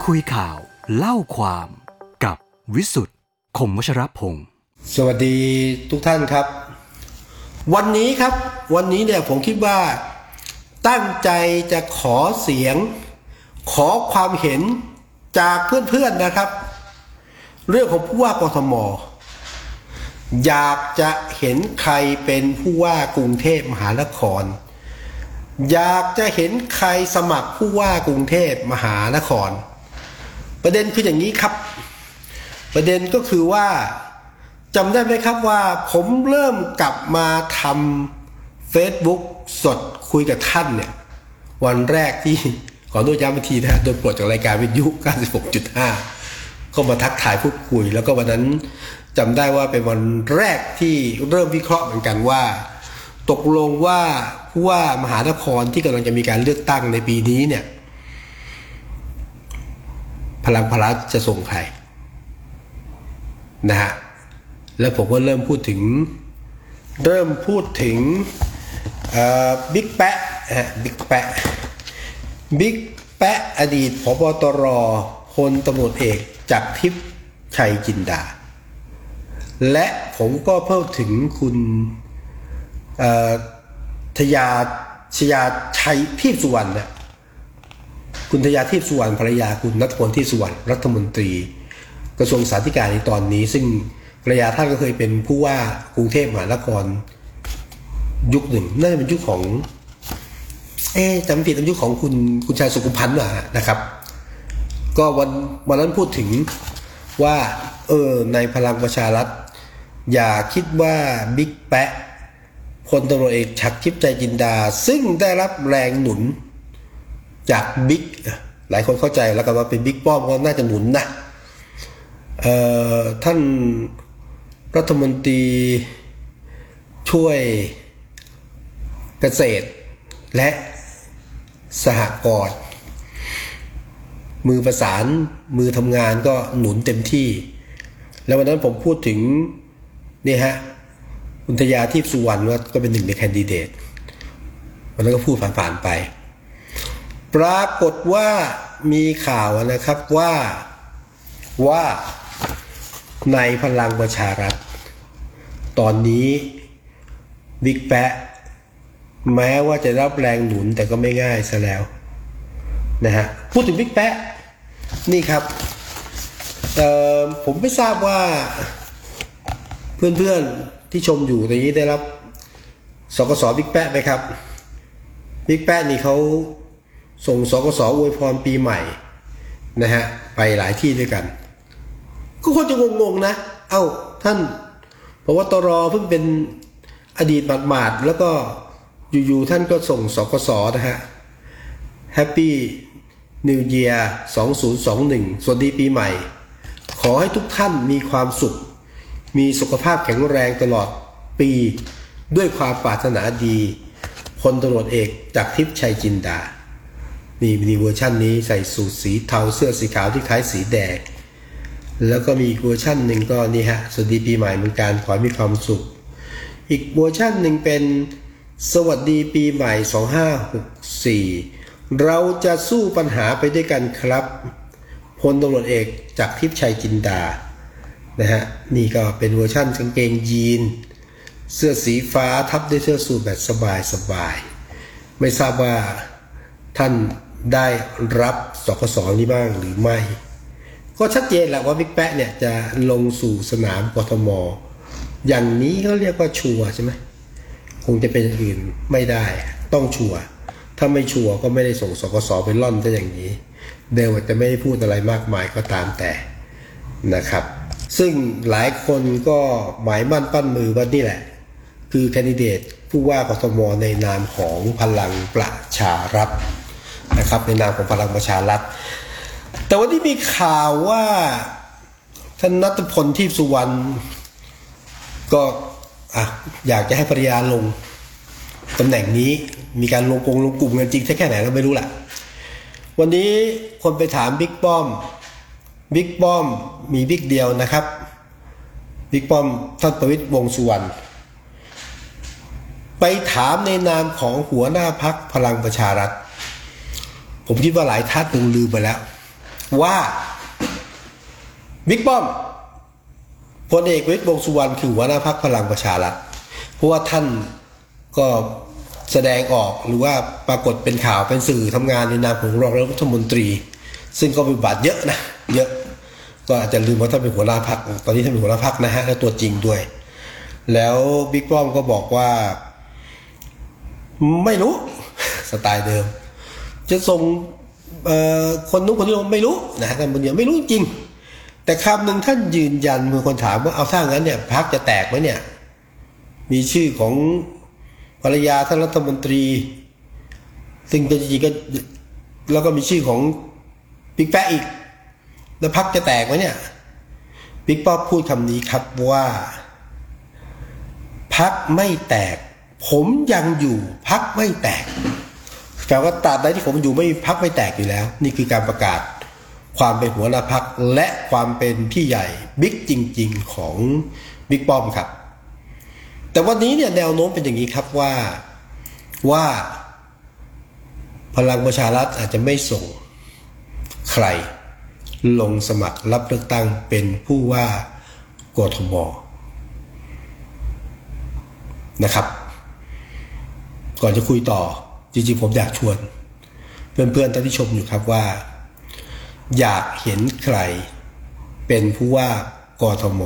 คุยข่าวเล่าความกับวิสุทธ์คมวัชรพงศ์สวัสดีทุกท่านครับวันนี้เนี่ยผมคิดว่าตั้งใจจะขอเสียงขอความเห็นจากเพื่อนๆนะครับเรื่องของผู้ว่ากทมอยากจะเห็นใครเป็นผู้ว่ากรุงเทพมหานครอยากจะเห็นใครสมัครผู้ว่ากรุงเทพมหานครประเด็นคืออย่างนี้ครับประเด็นก็คือว่าจำได้ไหมครับว่าผมเริ่มกลับมาทำ Facebook สดคุยกับท่านเนี่ยวันแรกที่ขอโทษย้ำอีกทีนะโดนปลดจากรายการวิทยุ 96.5 เข้ามาทักทายพูดคุยแล้วก็วันนั้นจำได้ว่าเป็นวันแรกที่เริ่มวิเคราะห์เหมือนกันว่าตกลงว่าผู้ว่ามหานครที่กำลังจะมีการเลือกตั้งในปีนี้เนี่ยพลังประชารัฐจะส่งใครนะฮะแล้วผมก็เริ่มพูดถึงบิ๊กแปะบิ๊กแปะอดีตผบ.ตร.พลตำรวจเอกจากทิพย์ชัยจินดาและผมก็เพิ่มถึงคุณชยาชัยทิพย์สุวรรณนะคุณชยาทิพย์สุวรรณภรรยาคุณณัฐพลทิพย์สุวรรณรัฐมนตรีกระทรวงสาธารณสุขในตอนนี้ซึ่งภรรยาท่านก็เคยเป็นผู้ว่ากรุงเทพมหานครยุคหนึ่งน่าจะเป็นยุคของจำผิดยุคของคุณชายสุขุมพันธ์นะครับก็วันนั้นพูดถึงว่าในพลังประชารัฐอย่าคิดว่าบิ๊กแปะพลตำรวจเอกฉัตรทิพย์ชัยจินดาซึ่งได้รับแรงหนุนจากบิ๊กหลายคนเข้าใจแล้วกันว่าเป็นบิ๊กป้อมก็น่าจะหนุนนะท่านรัฐมนตรีช่วยเกษตรและสหกรณ์มือประสานมือทำงานก็หนุนเต็มที่แล้ววันนั้นผมพูดถึงนี่ฮะคุณชยาทิพย์สุวรรณว่าก็เป็นหนึ่งในแคนดิเดตวันนั้นก็พูดผ่านๆไปปรากฏว่ามีข่าวนะครับว่าในพลังประชารัฐตอนนี้บิ๊กแปะแม้ว่าจะรับแรงหนุนแต่ก็ไม่ง่ายซะแล้วนะฮะพูดถึงบิ๊กแปะนี่ครับผมไม่ทราบว่าเพื่อนๆที่ชมอยู่ตอนนี้ได้รับสกส.บิ๊กแปะไหมครับบิ๊กแปะนี่เขาส่งสกส.อวยพรปีใหม่นะฮะไปหลายที่ด้วยกันก็คนจะงงๆนะท่านเพราะว่าตร.เพิ่งเป็นอดีตหมาดๆแล้วก็อยู่ๆท่านก็ส่งสกส.นะฮะ Happy New Year 2021 สวัสดีปีใหม่ขอให้ทุกท่านมีความสุขมีสุขภาพแข็งแรงตลอดปีด้วยความปรารถนาดีพลตำรวจเอกจากทิพย์ชัยจินดามีเวอร์ชันนี้ใส่สูทสีเทาเสื้อสีขาวที่คล้ายสีแดงแล้วก็มีอีกเวอร์ชันหนึ่งก็นี่ฮะสวัสดีปีใหม่เหมือนกันขอให้มีความสุขอีกเวอร์ชันหนึ่งเป็นสวัสดีปีใหม่2564เราจะสู้ปัญหาไปด้วยกันครับพลตำรวจเอกจากทิพย์ชัยจินดานะฮะนี่ก็เป็นเวอร์ชันกางเกงยีนเสื้อสีฟ้าทับด้วยเสื้อสูทแบบสบายไม่ทราบว่าท่านได้รับสกส.นี้บ้างหรือไม่ก็ชัดเจนแหละว่าบิ๊กแปะเนี่ยจะลงสู่สนามกทมอย่างนี้เขาเรียกว่าชัวร์ใช่ไหมคงจะเป็นอย่างอื่นไม่ได้ต้องชัวร์ถ้าไม่ชัวร์ก็ไม่ได้ส่งสกส.ไปล่อนซะอย่างนี้เดิมอาจจะไม่ได้พูดอะไรมากมายก็ตามแต่นะครับซึ่งหลายคนก็หมายมั่นปั้นมือว่านี่แหละคือแคนดิเดตผู้ว่ากทมในนามของพลังประชารัฐนะครับในนามของพลังประชารัฐแต่วันที่มีข่าวว่าท่านณัฐพลทิพย์สุวรรณก็อยากจะให้ภรรยาลงตำแหน่งนี้มีการลงกลุ่มกันจริงแค่ไหนก็ไม่รู้แหละวันนี้คนไปถามบิ๊กป้อมมีบิ๊กเดียวนะครับบิ๊กป้อมท่านประวิตรวงษ์สุวรรณไปถามในนามของหัวหน้าพรรคพลังประชารัฐผมคิดว่าหลายท่านคงลืมไปแล้วว่าบิ๊กป้อมพลเอกประวิตร วงษ์สุวรรณคือหัวหน้าพรรคพลังประชารัฐเพราะว่าท่านก็แสดงออกหรือว่าปรากฏเป็นข่าวเป็นสื่อทำงานในนามของรองรัฐมนตรีซึ่งก็มีบทบาทเยอะนะเยอะก็อาจจะลืมว่าท่านเป็นหัวหน้าพรรคตอนนี้ท่านเป็นหัวหน้าพรรคนะฮะและตัวจริงด้วยแล้วบิ๊กป้อมก็บอกว่าไม่รู้สไตล์เดิมจะส่งคนนู้นคนนี้ไม่รู้นะท่านบุญเดียวไม่รู้จริงแต่คำหนึ่งท่านยืนยันเมื่อคนถามว่าเอาถ้างั้นเนี่ยพรรคจะแตกไหมเนี่ยมีชื่อของภรรยาท่านรัฐมนตรีซึ่งจริงๆก็แล้วก็มีชื่อของบิ๊กแป๊ะอีกแล้วพรรคจะแตกไหมเนี่ยบิ๊กป้อมพูดคำนี้ครับว่าพรรคไม่แตกผมยังอยู่พรรคไม่แตกแปลว่าตราบใดที่ผมอยู่ไม่พรรคไม่แตกอยู่แล้วนี่คือการประกาศความเป็นหัวหน้าพรรคและความเป็นพี่ใหญ่บิ๊กจริงๆของบิ๊กป้อมครับแต่วันนี้เนี่ยแนวโน้มเป็นอย่างนี้ครับว่าพลังประชารัฐอาจจะไม่ส่งใครลงสมัครรับเลือกตั้งเป็นผู้ว่ากทมนะครับก่อนจะคุยต่อจริงๆผมอยากชวนเพื่อนๆท่านที่ชมอยู่ครับว่าอยากเห็นใครเป็นผู้ว่ากทม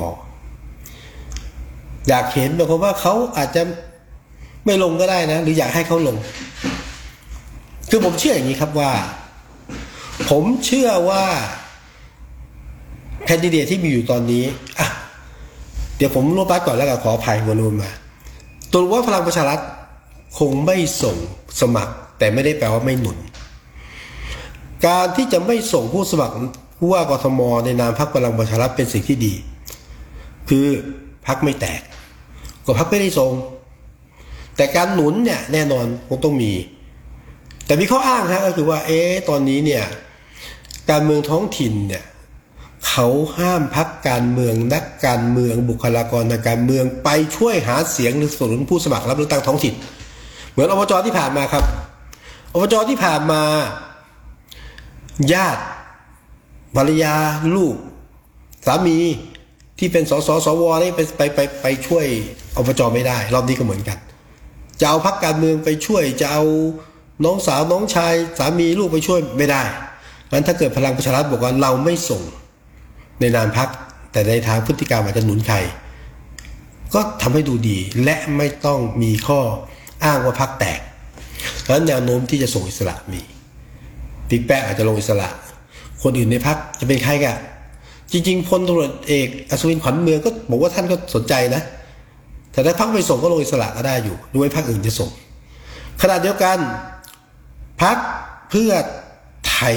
อยากเห็นเพราะว่าเขาอาจจะไม่ลงก็ได้นะหรืออยากให้เขาลงคือผมเชื่ออย่างนี้ครับว่าผมเชื่อว่าแคนดิเดตที่มีอยู่ตอนนี้อ่ะเดี๋ยวผมรวบรัดก่อนแล้วกันขออภัยวนมาตัวว่าพลังประชารัฐคงไม่ส่งสมัครแต่ไม่ได้แปลว่าไม่หนุนการที่จะไม่ส่งผู้สมัครผู้ว่ากทมในนามพรรคพลังประชารัฐเป็นสิ่งที่ดีคือพรรคไม่แตกก็พรรคไม่ได้ส่งแต่การหนุนเนี่ยแน่นอนคงต้องมีแต่มีข้ออ้างก็คือว่าตอนนี้เนี่ยการเมืองท้องถิ่นเนี่ยเขาห้ามพรรคการเมืองนักการเมืองบุคลากรทางการเมืองไปช่วยหาเสียงหรือสนับสนุนผู้สมัครรับเลือกตั้งท้องถิ่นเหมือนอบจ.ที่ผ่านมาครับอบจ.ที่ผ่านมาญาติภรรยาลูกสามีที่เป็นสสวนี่ไปช่วยอบจ.ไม่ได้รอบนี้ก็เหมือนกันจะเอาพรรคการเมืองไปช่วยจะเอาน้องสาวน้องชายสามีลูกไปช่วยไม่ได้งั้นถ้าเกิดพลังประชารัฐบอกว่าเราไม่ส่งในนามพรรคแต่ในทางพฤติกรรมอาจจะหนุนใครก็ทำให้ดูดีและไม่ต้องมีข้ออ้างว่าพรรคแตกเพราะฉะนั้นแนวโน้มที่จะส่งอิสระมีบิ๊กแป๊ะอาจจะลงอิสระคนอื่นในพรรคจะเป็นใครกันจริงๆพลตำรวจเอกอัศวินขวัญเมืองก็บอกว่าท่านก็สนใจนะแต่ถ้าพรรคไม่ส่งก็ลงอิสระก็ได้อยู่ด้วยพรรคอื่นจะส่งขณะเดียวกันพรรคเพื่อไทย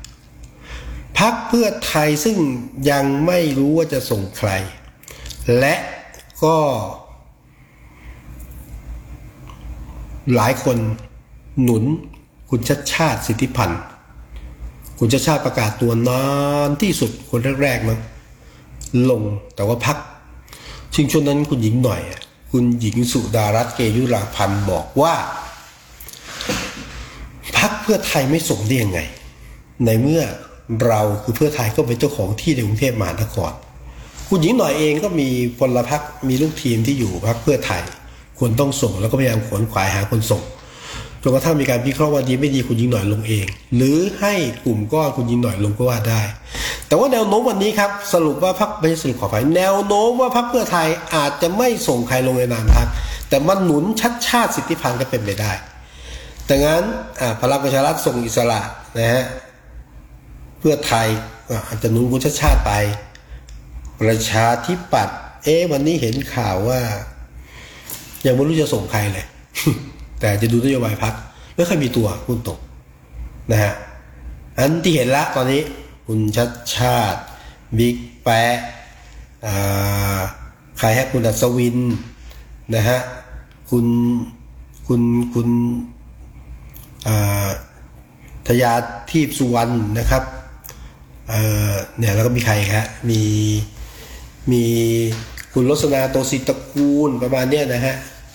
ซึ่งยังไม่รู้ว่าจะส่งใครและก็หลายคนหนุนคุณชัชชาติสิทธิพันธ์คุณชัชชาติประกาศตัวนานที่สุดคนแรกๆมั้งลงแต่ว่าพรรคชิงช่วงนั้นคุณหญิงหน่อยคุณหญิงสุดารัตน์เกยุราพันธ์บอกว่าพรรคเพื่อไทยไม่ส่งได้ยังไงในเมื่อเราคือเพื่อไทยก็เป็นเจ้าของที่ในกรุงเทพมหานครคุณหญิงหน่อยเองก็มีพลพรรคมีลูกทีมที่อยู่พรรคเพื่อไทยควรต้องส่งแล้วก็พยายามขวนขวายหาคนส่งจนกระทั่งมีการวิเคราะห์ว่าดีไม่ดีคุณหญิงหน่อยลงเองหรือให้กลุ่มก้อนคุณหญิงหน่อยลงก็ว่าได้แต่ว่าแนวโน้มวันนี้ครับสรุปว่าพรรคไม่ใช่สรุปขอไปแนวโน้มว่าพรรคเพื่อไทยอาจจะไม่ส่งใครลงในนามพรรคแต่มันหนุนชัดชาติสิทธิพันธ์ก็เป็นไปได้แต่งั้นพลังประชารัฐส่งอิสระนะฮะเพื่อไทยอาจจะหนุนคุณชัดชาติไปประชาธิปัตย์วันนี้เห็นข่าวว่ายังไม่รู้จะส่งใครเลย แต่จะดูนโยบายพรรคไม่ค่อยมีตัวคุณตกนะฮะอันที่เห็นละตอนนี้คุณชัดชาติบิ๊กแป๊ะใครฮะคุณอัศวินนะฮะคุณทยาทีพสุวรรณนะครับเนี่ยแล้วก็มีใครครับมีคุณรสนาโตศิตระกูลประมาณเนี้ยนะฮะ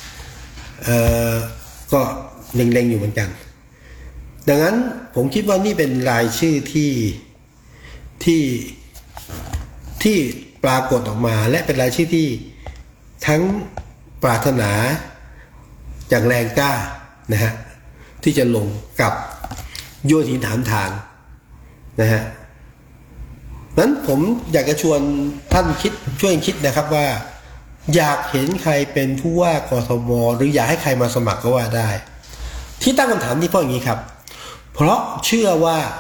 ก็เล็งๆอยู่เหมือนกันดังนั้นผมคิดว่านี่เป็นรายชื่อที่ที่ปรากฏออกมาและเป็นรายชื่อที่ทั้งปรารถนาอย่างแรงกล้านะฮะที่จะลงกับโยนหินถามทางนะฮะนั้นผมอยากจะชวนท่านคิดช่วยคิดนะครับว่าอยากเห็นใครเป็นผู้ว่ากทมหรืออยากให้ใครมาสมัครก็ว่าได้ที่ตั้งคำถามนี้เพราะอย่างนี้ครับเพราะผมเชื่อ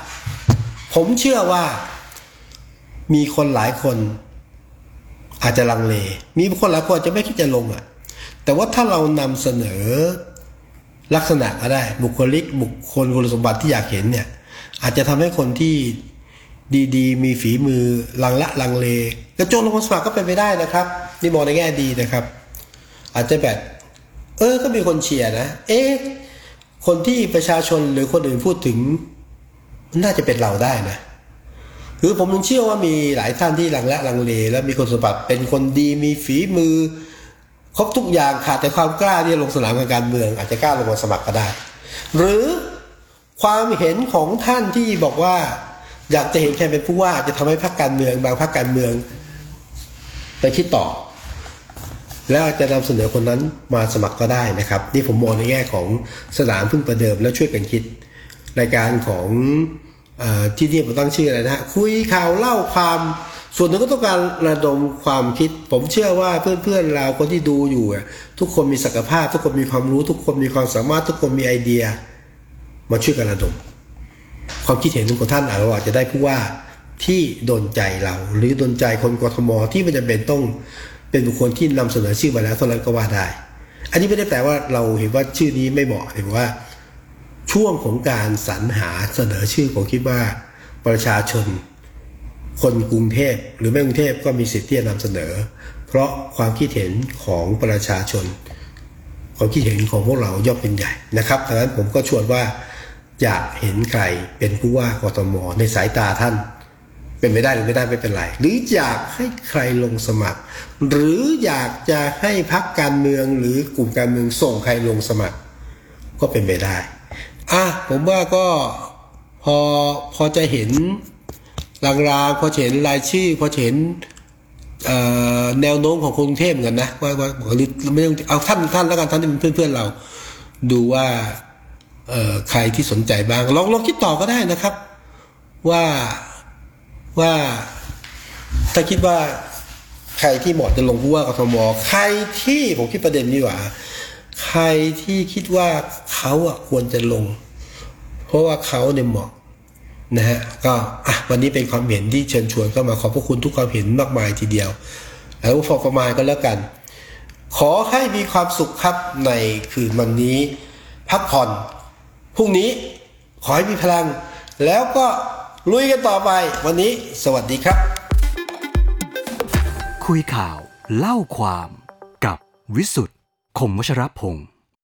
ว่ามีคนหลายคนอาจจะลังเลมีคนหลายคนจะไม่คิดจะลงแต่ว่าถ้าเรานำเสนอลักษณะก็ได้บุคลิกบุคคลคุณสมบัติที่อยากเห็นเนี่ยอาจจะทำให้คนที่ดีๆมีฝีมือลังเลกระโจนลงมาสมัครก็เป็นไปได้นะครับนี่มองในแง่ดีนะครับอาจจะแบบก็มีคนเชียร์นะคนที่ประชาชนหรือคนอื่นพูดถึงน่าจะเป็นเราได้นะคือผมยังเชื่อว่ามีหลายท่านที่ลังเลและมีคุณสมบัติเป็นคนดีมีฝีมือครบทุกอย่างขาดแต่ความกล้าที่จะลงสนามการเมืองอาจจะกล้าลงมาสมัครก็ได้หรือความเห็นของท่านที่บอกว่าอยากจะเห็นใครเป็นผู้ว่าจะทำให้พรรคการเมืองบางพรรคการเมืองไปคิดต่อแล้วจะนำเสนอคนนั้นมาสมัครก็ได้นะครับนี่ผมมองในแง่ของสนามพึ่งประเดิมแล้วช่วยกันคิดรายการของที่ผมตั้งชื่ออะไรนะคุยข่าวเล่าความส่วนหนึ่งก็ต้องการระดมความคิดผมเชื่อว่าเพื่อนๆเราคนที่ดูอยู่ทุกคนมีศักยภาพทุกคนมีความรู้ทุกคนมีความสามารถทุกคนมีไอเดียมาช่วยกันระดมความคิดเห็นของท่านอาจจะได้ผู้ว่าที่โดนใจเราหรือโดนใจคนกทมที่มันจะเป็นต้องเป็นบุคคลที่นำเสนอชื่อมาแล้วเท่านั้นก็ว่าได้อันนี้ไม่ได้แปลว่าเราเห็นว่าชื่อนี้ไม่เหมาะหรือว่าช่วงของการสรรหาเสนอชื่อผมคิดว่าประชาชนคนกรุงเทพหรือไม่กรุงเทพก็มีสิทธิ์ที่จะนำเสนอเพราะความคิดเห็นของประชาชนความคิดเห็นของพวกเราย่อมเป็นใหญ่นะครับดังนั้นผมก็ชวนว่าอยากเห็นใครเป็นผู้ว่ากทมในสายตาท่านเป็นไม่ได้หรือไม่ได้ไม่เป็นไรหรืออยากให้ใครลงสมัครหรืออยากจะให้พรรคการเมืองหรือกลุ่มการเมืองส่งใครลงสมัครก็เป็นไปได้ผมว่าก็พอจะเห็นลางๆพอเห็นรายชื่อพอเห็นแนวโน้มของกรุงเทพเหมือนกันนะว่าไม่ต้องเอาท่านแล้วกันท่านที่เป็นเพื่อนเราดูว่าใครที่สนใจบ้างลองคิดต่อก็ได้นะครับว่าถ้าคิดว่าใครที่เหมาะจะลงผู้ว่ากทมใครที่ผมคิดประเด็นนี้ว่าใครที่คิดว่าเขาควรจะลงเพราะว่าเขาเนี่ยเหมาะนะฮะก็วันนี้เป็นความเห็นที่เชิญชวนเข้ามาขอบพระคุณทุกความเห็นมากมายทีเดียวแล้วพอประมาณก็แล้วกันขอให้มีความสุขครับในคืนวันนี้พักผ่อนพรุ่งนี้ขอให้มีพลังแล้วก็ลุยกันต่อไปวันนี้สวัสดีครับคุยข่าวเล่าความกับวิสุทธ์คมวัชรพงศ์